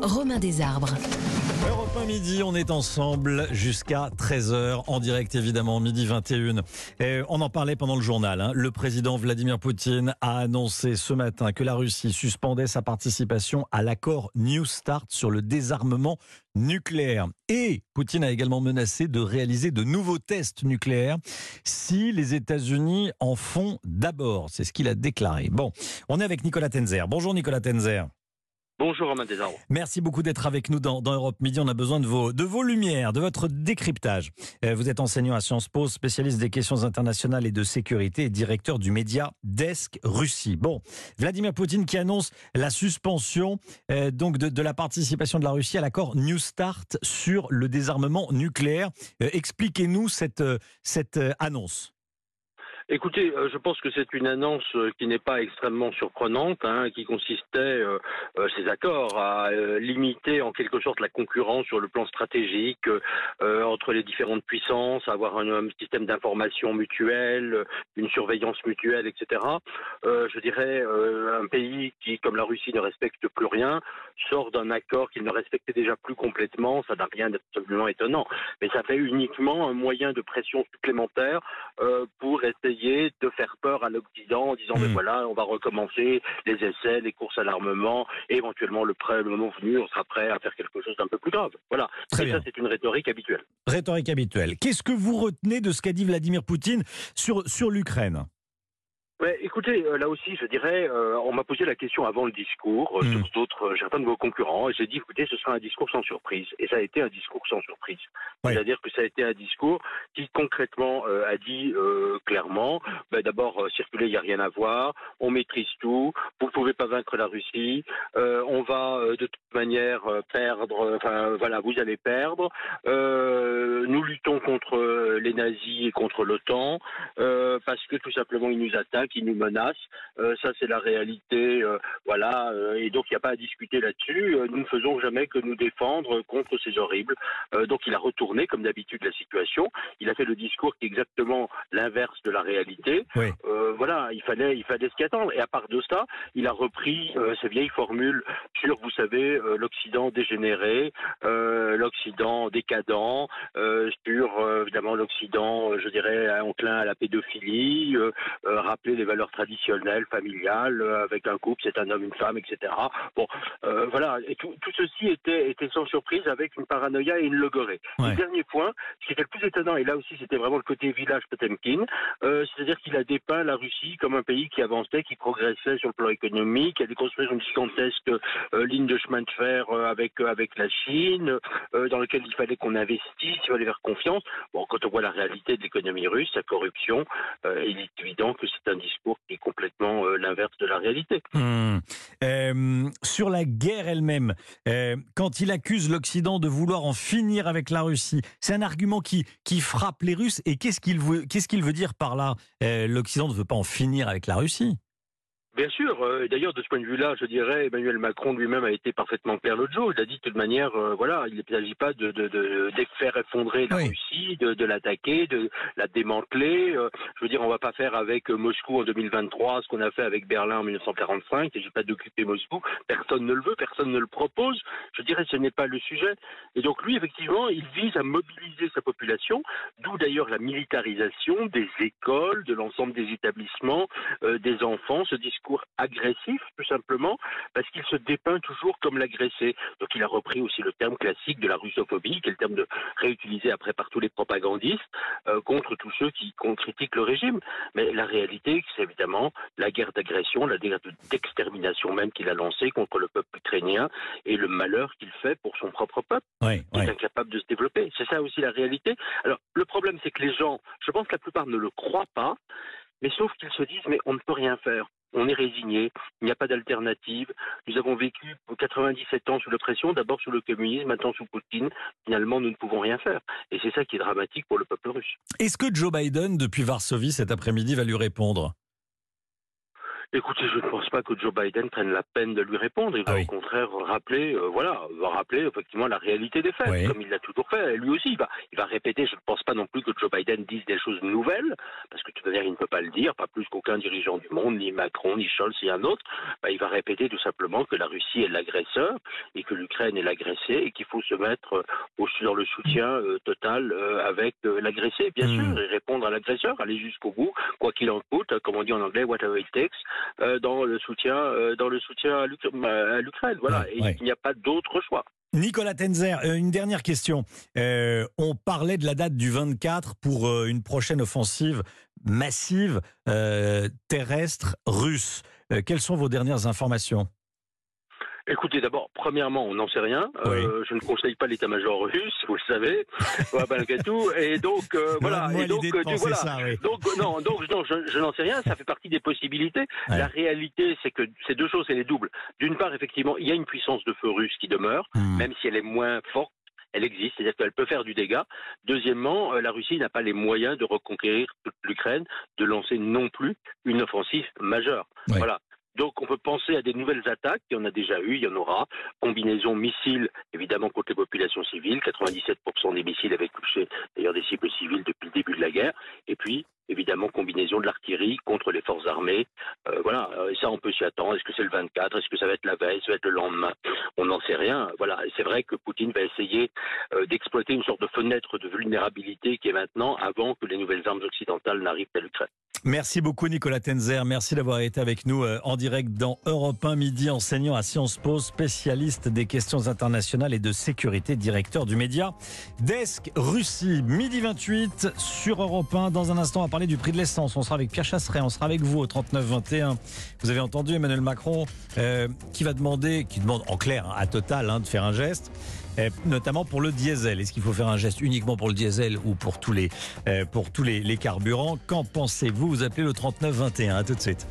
Romain Desarbres. Europe 1 midi, on est ensemble jusqu'à 13h, en direct évidemment, midi 21. Et on en parlait pendant le journal. Le président Vladimir Poutine a annoncé ce matin que la Russie suspendait sa participation à l'accord New Start sur le désarmement nucléaire. Et Poutine a également menacé de réaliser de nouveaux tests nucléaires si les États-Unis en font d'abord. C'est ce qu'il a déclaré. Bon, on est avec Nicolas Tenzer. Bonjour Nicolas Tenzer. Bonjour Romain Desarbres. Merci beaucoup d'être avec nous dans Europe Midi. On a besoin de vos lumières, de votre décryptage. Vous êtes enseignant à Sciences Po, spécialiste des questions internationales et de sécurité et directeur du média Desk Russie. Bon, Vladimir Poutine qui annonce la suspension donc de la participation de la Russie à l'accord New Start sur le désarmement nucléaire. Expliquez-nous cette annonce. Écoutez, je pense que c'est une annonce qui n'est pas extrêmement surprenante, qui consistait, ces accords, à limiter en quelque sorte la concurrence sur le plan stratégique entre les différentes puissances, avoir un système d'information mutuelle, une surveillance mutuelle, etc. Je dirais, un pays qui, comme la Russie, ne respecte plus rien, sort d'un accord qu'il ne respectait déjà plus complètement, ça n'a rien d'absolument étonnant. Mais ça fait uniquement un moyen de pression supplémentaire pour essayer de faire peur à l'Occident en disant mais voilà, on va recommencer les essais, les courses à l'armement et éventuellement le moment venu, on sera prêt à faire quelque chose d'un peu plus grave. Voilà. Très bien. Ça, c'est une rhétorique habituelle. Rhétorique habituelle. Qu'est-ce que vous retenez de ce qu'a dit Vladimir Poutine sur l'Ukraine ? Ouais, écoutez, là aussi, je dirais, on m'a posé la question avant le discours, sur d'autres, certains de vos concurrents, et j'ai dit, écoutez, ce sera un discours sans surprise. Et ça a été un discours sans surprise. Oui. C'est-à-dire que ça a été un discours qui, concrètement, a dit clairement, d'abord, circuler, il n'y a rien à voir, on maîtrise tout, vous ne pouvez pas vaincre la Russie, on va de toute manière perdre, enfin voilà, vous allez perdre, nous luttons contre les nazis et contre l'OTAN, parce que tout simplement, ils nous attaquent, qui nous menacent. Ça, c'est la réalité. Voilà. Et donc, il n'y a pas à discuter là-dessus. Nous ne faisons jamais que nous défendre contre ces horribles. Donc, il a retourné, comme d'habitude, la situation. Il a fait le discours qui est exactement l'inverse de la réalité. Oui. Voilà, il fallait s'y attendre. Et à part de ça, il a repris ces vieilles formules sur, vous savez, l'Occident dégénéré, l'Occident décadent, sur, évidemment, l'Occident, je dirais, enclin à la pédophilie, rappeler les valeurs traditionnelles, familiales, avec un couple, c'est un homme, une femme, etc. Bon, voilà, et tout ceci était sans surprise, avec une paranoïa et une logorée. Ouais. Le dernier point, ce qui était le plus étonnant, et là aussi c'était vraiment le côté village Potemkin, c'est-à-dire qu'il a dépeint la Russie comme un pays qui avançait, qui progressait sur le plan économique, qui allait construire une gigantesque ligne de chemin de fer avec la Chine, dans lequel il fallait qu'on investisse, il fallait faire confiance. Bon, quand on voit la réalité de l'économie russe, sa corruption, il est évident que c'est un discours qui est complètement l'inverse de la réalité. Sur la guerre elle-même, quand il accuse l'Occident de vouloir en finir avec la Russie, c'est un argument qui frappe les Russes. Et qu'est-ce qu'il veut dire par là ? L'Occident ne veut pas en finir avec la Russie. Bien sûr, d'ailleurs de ce point de vue-là, je dirais, Emmanuel Macron lui-même a été parfaitement clair l'autre jour. Il a dit de toute manière, voilà, il ne s'agit pas de faire effondrer la Russie, de l'attaquer, de la démanteler. Je veux dire, on ne va pas faire avec Moscou en 2023 ce qu'on a fait avec Berlin en 1945. Il ne s'agit pas d'occuper Moscou. Personne ne le veut, personne ne le propose. Je dirais, ce n'est pas le sujet. Et donc lui, effectivement, il vise à mobiliser sa population, d'où d'ailleurs la militarisation des écoles, de l'ensemble des établissements, des enfants, ce discours agressif, tout simplement, parce qu'il se dépeint toujours comme l'agressé. Donc il a repris aussi le terme classique de la russophobie, qui est le terme réutilisé après par tous les propagandistes, contre tous ceux qui critiquent le régime. Mais la réalité, c'est évidemment la guerre d'agression, la guerre d'extermination même qu'il a lancée contre le peuple ukrainien, et le malheur qu'il fait pour son propre peuple, qui est incapable de se développer. C'est ça aussi la réalité. Alors, le problème, c'est que les gens, je pense que la plupart ne le croient pas, mais sauf qu'ils se disent, mais on ne peut rien faire. On est résigné, il n'y a pas d'alternative. Nous avons vécu 97 ans sous l'oppression, d'abord sous le communisme, maintenant sous Poutine. Finalement, nous ne pouvons rien faire. Et c'est ça qui est dramatique pour le peuple russe. Est-ce que Joe Biden, depuis Varsovie cet après-midi, va lui répondre ? Écoutez, je ne pense pas que Joe Biden prenne la peine de lui répondre. Il va au contraire rappeler, va rappeler effectivement la réalité des faits, comme il l'a toujours fait. Lui aussi, il va répéter. Je ne pense pas non plus que Joe Biden dise des choses nouvelles, parce que de toute manière, il ne peut pas le dire, pas plus qu'aucun dirigeant du monde, ni Macron, ni Scholz, ni un autre. Il va répéter tout simplement que la Russie est l'agresseur et que l'Ukraine est l'agressée et qu'il faut se mettre dans le soutien total avec l'agressé, bien sûr, et répondre à l'agresseur, aller jusqu'au bout, quoi qu'il en coûte, comme on dit en anglais, whatever it takes. Dans le soutien à l'Ukraine. Voilà, et il n'y a pas d'autre choix. Nicolas Tenzer, une dernière question. On parlait de la date du 24 pour une prochaine offensive massive terrestre russe. Quelles sont vos dernières informations ? Écoutez, d'abord, premièrement, on n'en sait rien. Je ne conseille pas l'état-major russe, vous le savez, malgré tout. Et donc, voilà. Et donc, je n'en sais rien. Ça fait partie des possibilités. La réalité, c'est que ces deux choses, c'est les doubles. D'une part, effectivement, il y a une puissance de feu russe qui demeure, même si elle est moins forte. Elle existe, c'est-à-dire qu'elle peut faire du dégât. Deuxièmement, la Russie n'a pas les moyens de reconquérir toute l'Ukraine, de lancer non plus une offensive majeure. Voilà. Donc on peut penser à des nouvelles attaques, il y en a déjà eu, il y en aura. Combinaison missiles, évidemment contre les populations civiles, 97% des missiles avaient touché d'ailleurs des cibles civiles depuis le début de la guerre. Et puis, évidemment, combinaison de l'artillerie contre les forces armées. Et ça on peut s'y attendre. Est-ce que c'est le 24 ? Est-ce que ça va être la veille ? Ça va être le lendemain ? On n'en sait rien. Voilà. Et c'est vrai que Poutine va essayer d'exploiter une sorte de fenêtre de vulnérabilité qui est maintenant avant que les nouvelles armes occidentales n'arrivent à l'Ukraine. Merci beaucoup Nicolas Tenzer, merci d'avoir été avec nous en direct dans Europe 1 midi, enseignant à Sciences Po, spécialiste des questions internationales et de sécurité, directeur du média Desk Russie. Midi 28 sur Europe 1. Dans un instant, on va parler du prix de l'essence. On sera avec Pierre Chasseret, on sera avec vous au 39-21. Vous avez entendu Emmanuel Macron qui demande en clair à Total de faire un geste. Notamment pour le diesel. Est-ce qu'il faut faire un geste uniquement pour le diesel ou pour tous les carburants ? Qu'en pensez-vous ? Vous appelez le 39-21. À tout de suite.